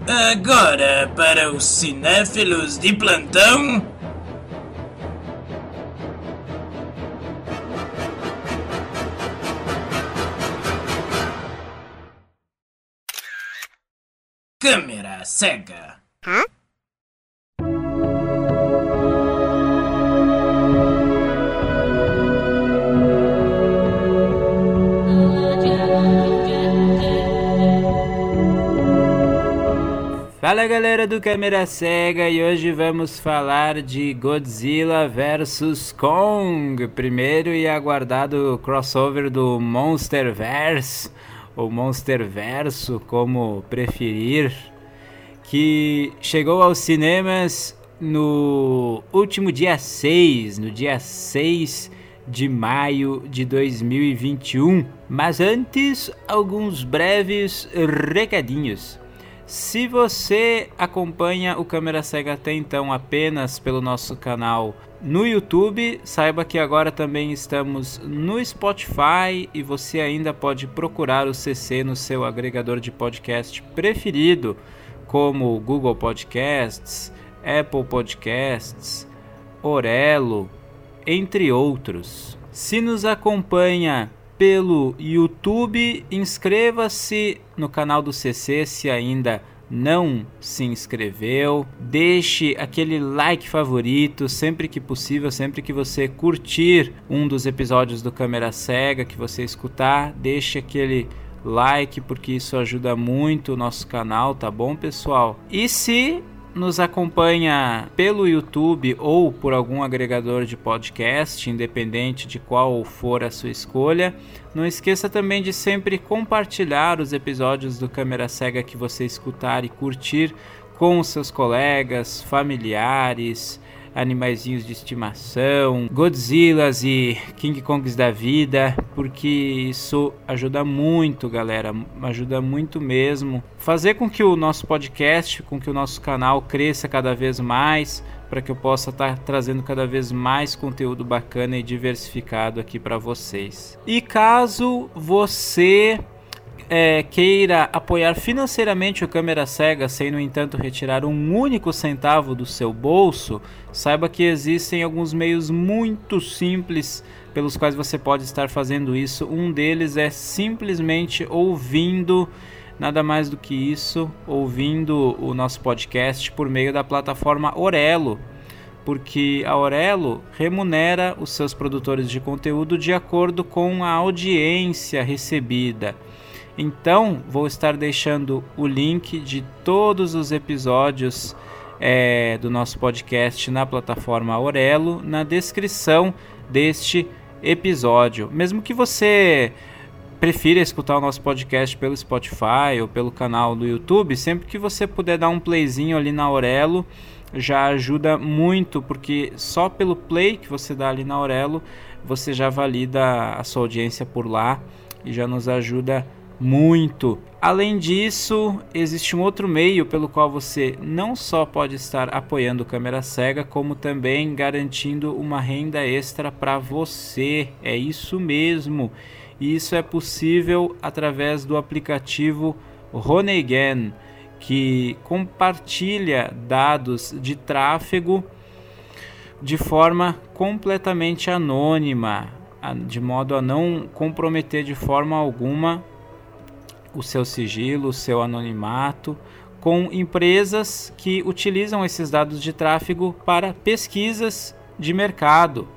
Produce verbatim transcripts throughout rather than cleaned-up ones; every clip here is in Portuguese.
Agora, para os cinéfilos de plantão... Câmera cega. Hã? Fala galera do Câmera Cega, e hoje vamos falar de Godzilla versus. Kong, primeiro e aguardado crossover do Monsterverse, ou Monsterverso, como preferir, que chegou aos cinemas no último dia seis, no dia seis de maio de dois mil e vinte e um. Mas antes, alguns breves recadinhos. Se você acompanha o Câmera Cega até então apenas pelo nosso canal no YouTube, saiba que agora também estamos no Spotify e você ainda pode procurar o C C no seu agregador de podcast preferido, como Google Podcasts, Apple Podcasts, Orelo, entre outros. Se nos acompanha pelo YouTube, inscreva-se no canal do C C se ainda não se inscreveu, deixe aquele like favorito sempre que possível, sempre que você curtir um dos episódios do Câmera Cega que você escutar, deixe aquele like porque isso ajuda muito o nosso canal, tá bom, pessoal? E se nos acompanha pelo YouTube ou por algum agregador de podcast, independente de qual for a sua escolha, não esqueça também de sempre compartilhar os episódios do Câmera Cega que você escutar e curtir com os seus colegas, familiares, animaizinhos de estimação, Godzillas e King Kongs da vida, porque isso ajuda muito, galera, ajuda muito mesmo. Fazer com que o nosso podcast, com que o nosso canal cresça cada vez mais, para que eu possa estar trazendo cada vez mais conteúdo bacana e diversificado aqui para vocês. E caso você É, queira apoiar financeiramente o Câmera Cega sem, no entanto, retirar um único centavo do seu bolso, saiba que existem alguns meios muito simples pelos quais você pode estar fazendo isso. Um deles é simplesmente ouvindo, nada mais do que isso, ouvindo o nosso podcast por meio da plataforma Orelo, porque a Orelo remunera os seus produtores de conteúdo de acordo com a audiência recebida. Então, vou estar deixando o link de todos os episódios é, do nosso podcast na plataforma Orelo na descrição deste episódio. Mesmo que você prefira escutar o nosso podcast pelo Spotify ou pelo canal do YouTube, sempre que você puder dar um playzinho ali na Orelo, já ajuda muito, porque só pelo play que você dá ali na Orelo, você já valida a sua audiência por lá e já nos ajuda muito. Além disso, existe um outro meio pelo qual você não só pode estar apoiando o Câmera Cega, como também garantindo uma renda extra para você. É isso mesmo. E isso é possível através do aplicativo Roneigan, que compartilha dados de tráfego de forma completamente anônima, de modo a não comprometer de forma alguma o seu sigilo, o seu anonimato, com empresas que utilizam esses dados de tráfego para pesquisas de mercado.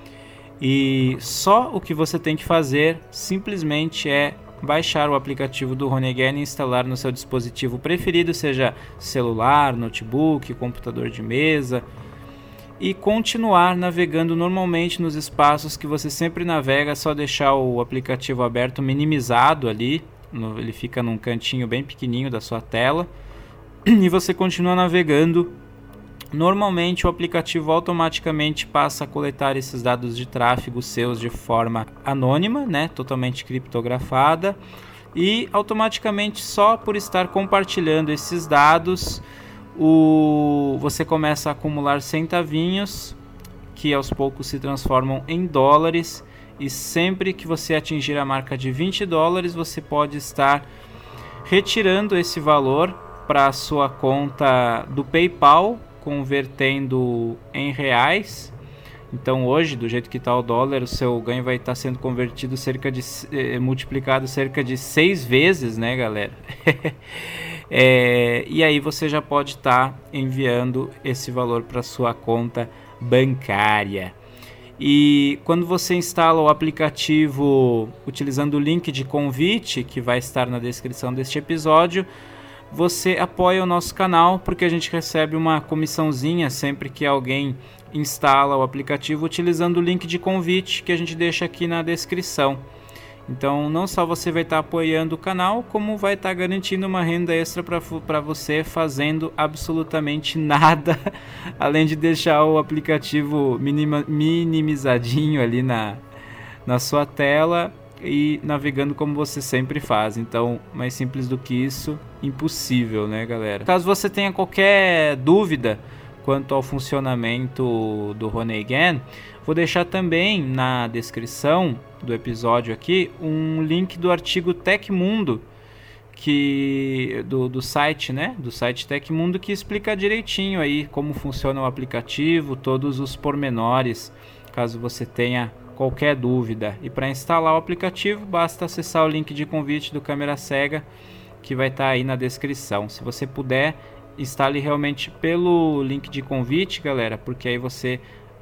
E só o que você tem que fazer simplesmente é baixar o aplicativo do Roneigan e instalar no seu dispositivo preferido, seja celular, notebook, computador de mesa, e continuar navegando normalmente nos espaços que você sempre navega. É só deixar o aplicativo aberto, minimizado ali, no, ele fica num cantinho bem pequenininho da sua tela, e você continua navegando. Normalmente o aplicativo automaticamente passa a coletar esses dados de tráfego seus de forma anônima, né, totalmente criptografada, e automaticamente, só por estar compartilhando esses dados, o... você começa a acumular centavinhos que aos poucos se transformam em dólares, e sempre que você atingir a marca de vinte dólares, você pode estar retirando esse valor para a sua conta do PayPal, convertendo em reais. Então hoje, do jeito que está o dólar, o seu ganho vai estar sendo convertido cerca de eh, multiplicado cerca de seis vezes, né, galera? é, e aí você já pode estar tá enviando esse valor para sua conta bancária. E quando você instala o aplicativo utilizando o link de convite que vai estar na descrição deste episódio, você apoia o nosso canal, porque a gente recebe uma comissãozinha sempre que alguém instala o aplicativo utilizando o link de convite que a gente deixa aqui na descrição. Então não só você vai estar apoiando o canal, como vai estar garantindo uma renda extra para você fazendo absolutamente nada, além de deixar o aplicativo minima, minimizadinho ali na, na sua tela e navegando como você sempre faz. Então, mais simples do que isso, impossível, né, galera? Caso você tenha qualquer dúvida quanto ao funcionamento do Honeygan, vou deixar também na descrição do episódio aqui um link do artigo Tecmundo, que do, do site, né, do site Tecmundo, que explica direitinho aí como funciona o aplicativo, todos os pormenores, caso você tenha qualquer dúvida. E para instalar o aplicativo, basta acessar o link de convite do Câmera Cega, que vai estar aí na descrição. Se você puder, instale realmente pelo link de convite, galera, porque aí você,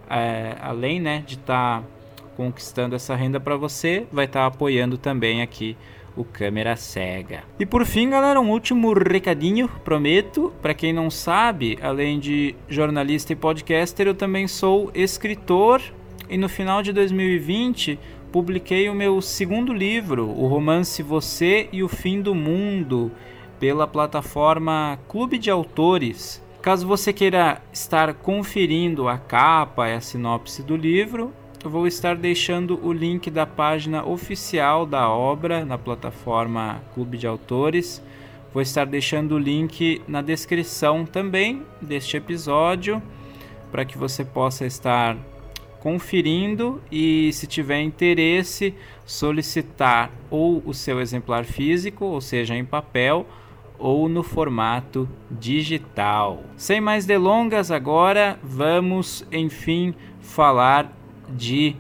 é, além, né, de estar tá conquistando essa renda para você, vai estar tá apoiando também aqui o Câmera Cega. E por fim, galera, um último recadinho, prometo. Para quem não sabe, além de jornalista e podcaster, eu também sou escritor. E no final de dois mil e vinte, publiquei o meu segundo livro, o romance Você e o Fim do Mundo, pela plataforma Clube de Autores. Caso você queira estar conferindo a capa e a sinopse do livro, eu vou estar deixando o link da página oficial da obra na plataforma Clube de Autores. Vou estar deixando o link na descrição também deste episódio, para que você possa estar conferindo e, se tiver interesse, solicitar ou o seu exemplar físico, ou seja, em papel, ou no formato digital. Sem mais delongas, agora vamos, enfim, falar de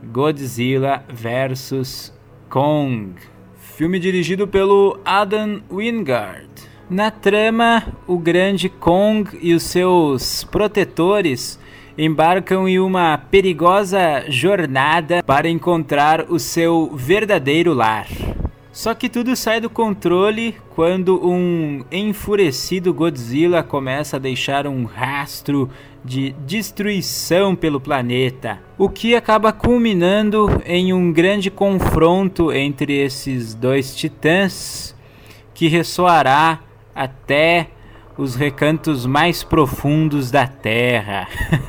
Godzilla versus. Kong, filme dirigido pelo Adam Wingard. Na trama, o grande Kong e os seus protetores embarcam em uma perigosa jornada para encontrar o seu verdadeiro lar. Só que tudo sai do controle quando um enfurecido Godzilla começa a deixar um rastro de destruição pelo planeta, o que acaba culminando em um grande confronto entre esses dois titãs, que ressoará até os recantos mais profundos da Terra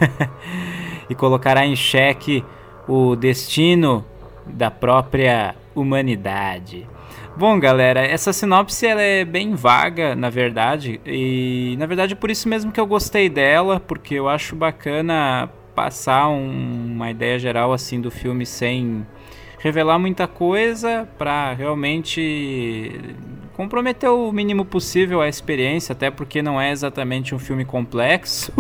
e colocará em xeque o destino da própria humanidade. Bom, galera, essa sinopse ela é bem vaga, na verdade, e na verdade por isso mesmo que eu gostei dela, porque eu acho bacana passar um, uma ideia geral assim do filme sem revelar muita coisa, para realmente comprometer o mínimo possível a experiência, até porque não é exatamente um filme complexo.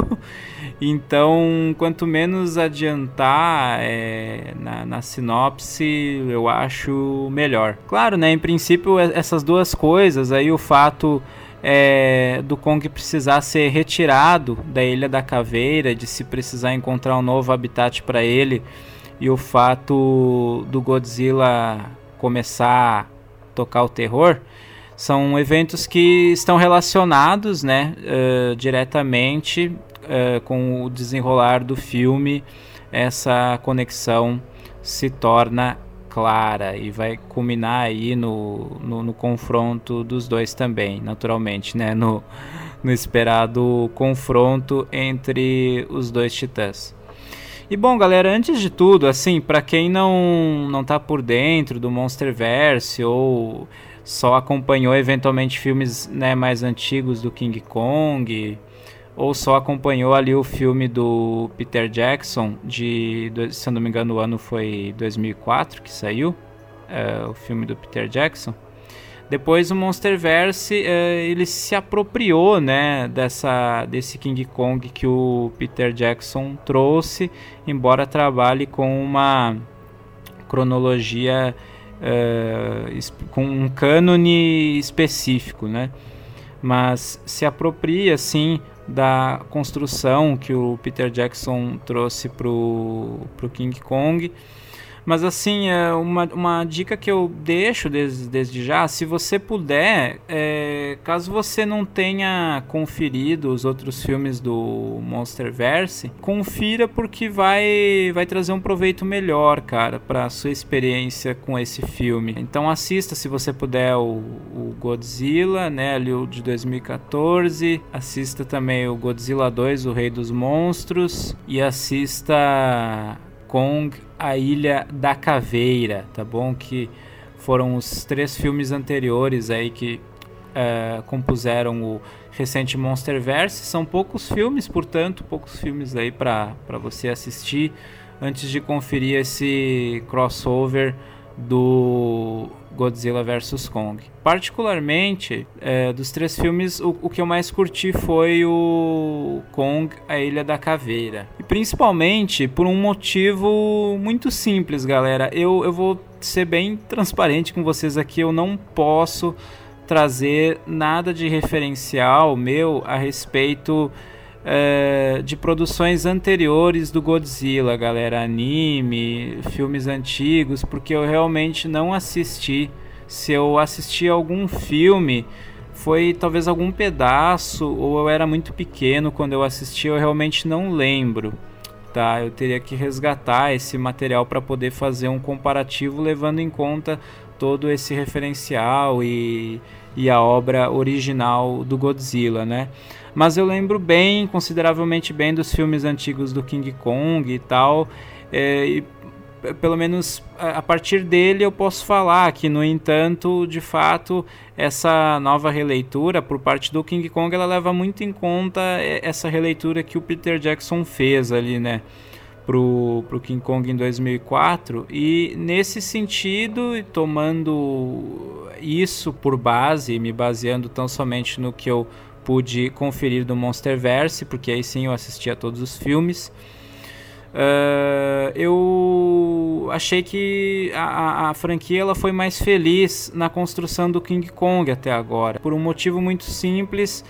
Então, quanto menos adiantar é, na, na sinopse, eu acho melhor. Claro, né, em princípio, essas duas coisas, aí o fato é, do Kong precisar ser retirado da Ilha da Caveira, de se precisar encontrar um novo habitat para ele, e o fato do Godzilla começar a tocar o terror, são eventos que estão relacionados, né, uh, diretamente uh, com o desenrolar do filme. Essa conexão se torna clara e vai culminar aí no, no, no confronto dos dois também, naturalmente, né, no, no esperado confronto entre os dois titãs. E bom, galera, antes de tudo, assim, para quem não não tá por dentro do Monsterverse ou só acompanhou eventualmente filmes, né, mais antigos do King Kong, ou só acompanhou ali o filme do Peter Jackson, de, se eu não me engano o ano foi dois mil e quatro que saiu, é, o filme do Peter Jackson, Depois o Monsterverse, uh, ele se apropriou, né, dessa, desse King Kong que o Peter Jackson trouxe, embora trabalhe com uma cronologia, uh, com um cânone específico, né? Mas se apropria, sim, da construção que o Peter Jackson trouxe pro, pro King Kong. Mas assim, é uma, uma dica que eu deixo desde, desde já, se você puder, é, caso você não tenha conferido os outros filmes do Monsterverse, confira porque vai, vai trazer um proveito melhor, cara, para sua experiência com esse filme. Então assista, se você puder, o, o Godzilla, né, ali o de dois mil e catorze, assista também o Godzilla dois, o Rei dos Monstros, e assista Kong, a Ilha da Caveira, tá bom? Que foram os três filmes anteriores aí que uh, compuseram o recente Monsterverse. São poucos filmes, portanto, poucos filmes aí para para você assistir antes de conferir esse crossover do Godzilla versus. Kong. Particularmente, é, dos três filmes, o, o que eu mais curti foi o Kong, a Ilha da Caveira. E principalmente por um motivo muito simples, galera. Eu, eu vou ser bem transparente com vocês aqui, eu não posso trazer nada de referencial meu a respeito É, de produções anteriores do Godzilla, galera, anime, filmes antigos, porque eu realmente não assisti. Se eu assisti algum filme, foi talvez algum pedaço, ou eu era muito pequeno quando eu assisti, eu realmente não lembro, tá? Eu teria que resgatar esse material para poder fazer um comparativo, levando em conta todo esse referencial e, e a obra original do Godzilla, né? Mas eu lembro bem, consideravelmente bem, dos filmes antigos do King Kong e tal, é, e pelo menos a partir dele eu posso falar que, no entanto, de fato, essa nova releitura por parte do King Kong, ela leva muito em conta essa releitura que o Peter Jackson fez ali, né, pro, pro King Kong em dois mil e quatro, e nesse sentido, e tomando isso por base, me baseando tão somente no que eu pude conferir do Monsterverse, porque aí sim eu assisti a todos os filmes, uh, eu achei que a, a, a franquia ela foi mais feliz na construção do King Kong até agora, por um motivo muito simples.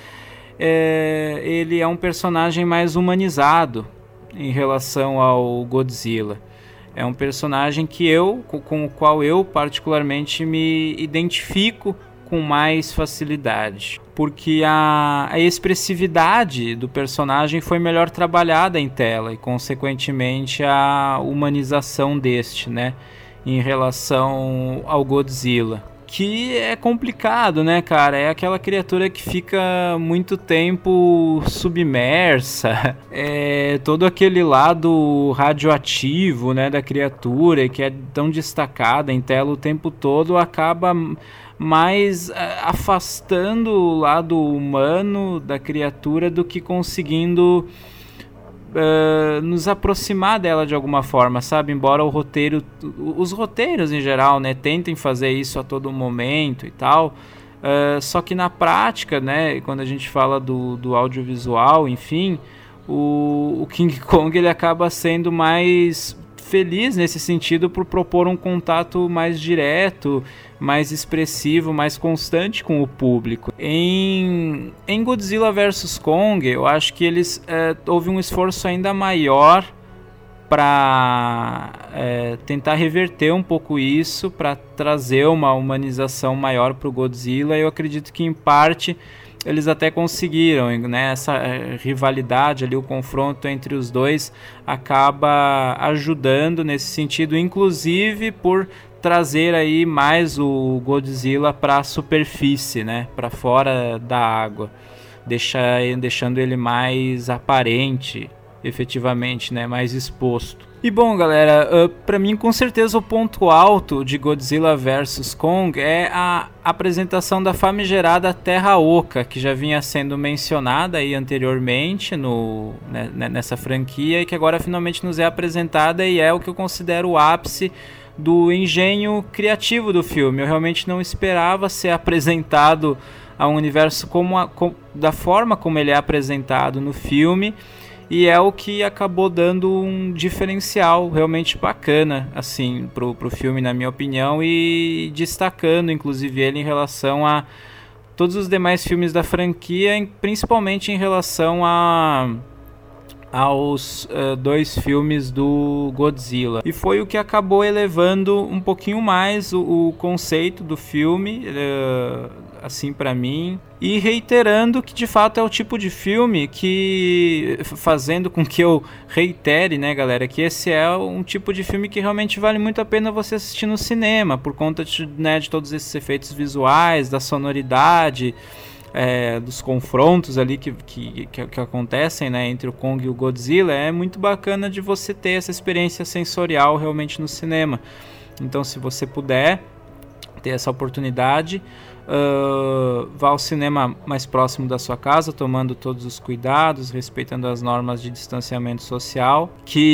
É, ele é um personagem mais humanizado em relação ao Godzilla. É um personagem que eu, com, com o qual eu particularmente me identifico com mais facilidade, porque a, a expressividade do personagem foi melhor trabalhada em tela e, consequentemente, a humanização deste, né, em relação ao Godzilla, que é complicado, né, cara? É aquela criatura que fica muito tempo submersa, é todo aquele lado radioativo, né, da criatura, que é tão destacada em tela o tempo todo, acaba mais uh, afastando o lado humano da criatura do que conseguindo uh, nos aproximar dela de alguma forma, sabe? Embora o roteiro, os roteiros em geral, né, tentem fazer isso a todo momento e tal, uh, só que na prática, né, quando a gente fala do, do audiovisual, enfim, o, o King Kong ele acaba sendo mais feliz nesse sentido por propor um contato mais direto, mais expressivo, mais constante com o público. Em, em Godzilla versus. Kong, eu acho que eles é, houve um esforço ainda maior para é, tentar reverter um pouco isso, para trazer uma humanização maior para o Godzilla. Eu acredito que em parte eles até conseguiram, né? Essa rivalidade ali, o confronto entre os dois acaba ajudando nesse sentido, inclusive por trazer aí mais o Godzilla para a superfície, né? Para fora da água, deixar, deixando ele mais aparente, efetivamente, né? Mais exposto. E bom, galera, uh, pra mim com certeza o ponto alto de Godzilla versus. Kong é a apresentação da famigerada Terra Oca, que já vinha sendo mencionada aí anteriormente no, né, nessa franquia e que agora finalmente nos é apresentada, e é o que eu considero o ápice do engenho criativo do filme. Eu realmente não esperava ser apresentado a um universo como a, com, da forma como ele é apresentado no filme, e é o que acabou dando um diferencial realmente bacana assim, pro, pro filme, na minha opinião, e destacando inclusive ele em relação a todos os demais filmes da franquia, principalmente em relação a aos uh, dois filmes do Godzilla. E foi o que acabou elevando um pouquinho mais o, o conceito do filme, uh, assim, para mim, e reiterando que de fato é o tipo de filme que, fazendo com que eu reitere, né, galera, que esse é um tipo de filme que realmente vale muito a pena você assistir no cinema, por conta de, né, de todos esses efeitos visuais, da sonoridade, É, dos confrontos ali que, que, que, que acontecem, né, entre o Kong e o Godzilla. É muito bacana de você ter essa experiência sensorial realmente no cinema. Então, se você puder ter essa oportunidade, uh, vá ao cinema mais próximo da sua casa, tomando todos os cuidados, respeitando as normas de distanciamento social,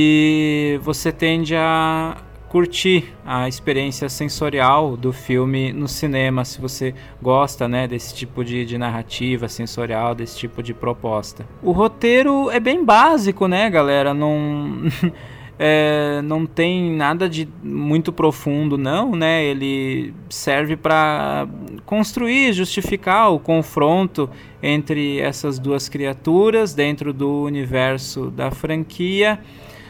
que você tende a curtir a experiência sensorial do filme no cinema, se você gosta, né, desse tipo de, de narrativa sensorial, desse tipo de proposta. O roteiro é bem básico, né, galera? Não, é, não tem nada de muito profundo, não, né? Ele serve para construir, justificar o confronto entre essas duas criaturas dentro do universo da franquia,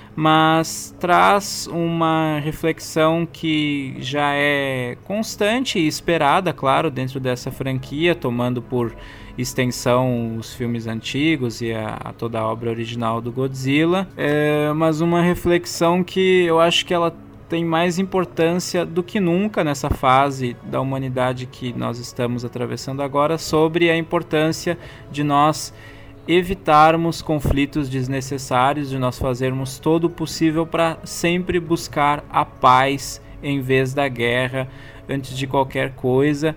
mas traz uma reflexão que já é constante e esperada, claro, dentro dessa franquia, tomando por extensão os filmes antigos e a, a toda a obra original do Godzilla, é, mas uma reflexão que eu acho que ela tem mais importância do que nunca nessa fase da humanidade que nós estamos atravessando agora, sobre a importância de nós evitarmos conflitos desnecessários, de nós fazermos todo o possível para sempre buscar a paz em vez da guerra, antes de qualquer coisa.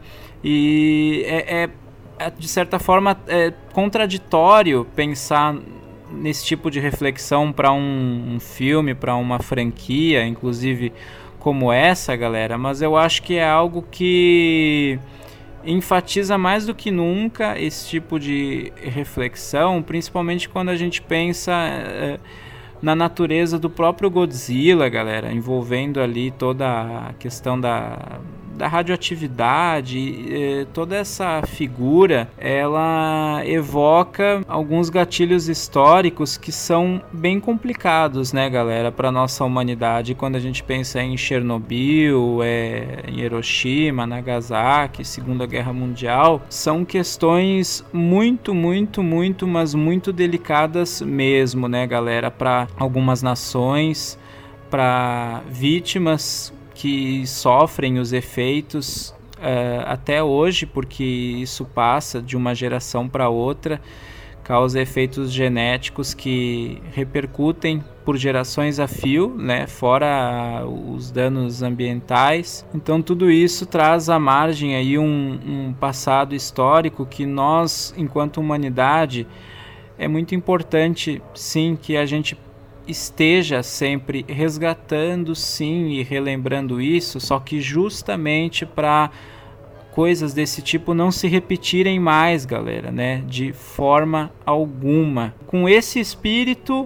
E é, é de certa forma é contraditório pensar nesse tipo de reflexão para um, um filme, para uma franquia, inclusive como essa, galera, mas eu acho que é algo que enfatiza mais do que nunca esse tipo de reflexão, principalmente quando a gente pensa é, na natureza do próprio Godzilla, galera, envolvendo ali toda a questão da, da radioatividade, é, toda essa figura, ela evoca alguns gatilhos históricos que são bem complicados, né, galera, para nossa humanidade. Quando a gente pensa em Chernobyl, é, em Hiroshima, Nagasaki, Segunda Guerra Mundial, são questões muito, muito, muito, mas muito delicadas mesmo, né, galera, para algumas nações, para vítimas que sofrem os efeitos uh, até hoje, porque isso passa de uma geração para outra, causa efeitos genéticos que repercutem por gerações a fio, né, fora os danos ambientais. Então tudo isso traz à margem aí um, um passado histórico que nós, enquanto humanidade, é muito importante, sim, que a gente esteja sempre resgatando, sim, e relembrando isso, só que justamente para coisas desse tipo não se repetirem mais, galera, né, de forma alguma. Com esse espírito,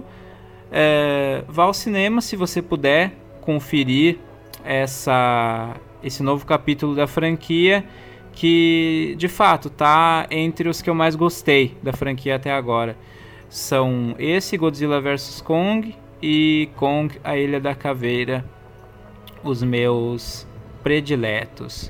é, vá ao cinema se você puder conferir essa, esse novo capítulo da franquia, que de fato tá entre os que eu mais gostei da franquia até agora. São esse, Godzilla versus. Kong, e Kong, a Ilha da Caveira, os meus prediletos.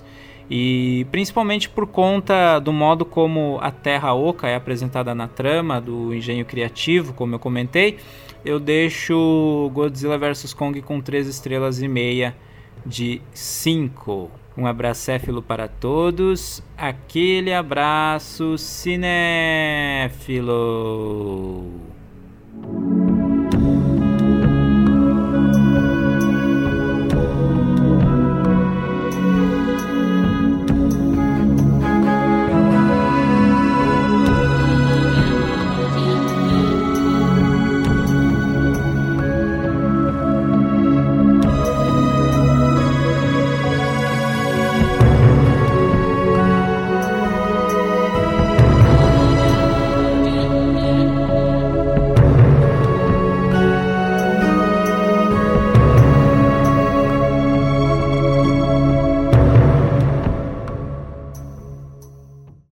E principalmente por conta do modo como a Terra Oca é apresentada na trama, do engenho criativo, como eu comentei, eu deixo Godzilla versus. Kong com três estrelas e meia de cinco. Um abracéfilo para todos, aquele abraço cinéfilo.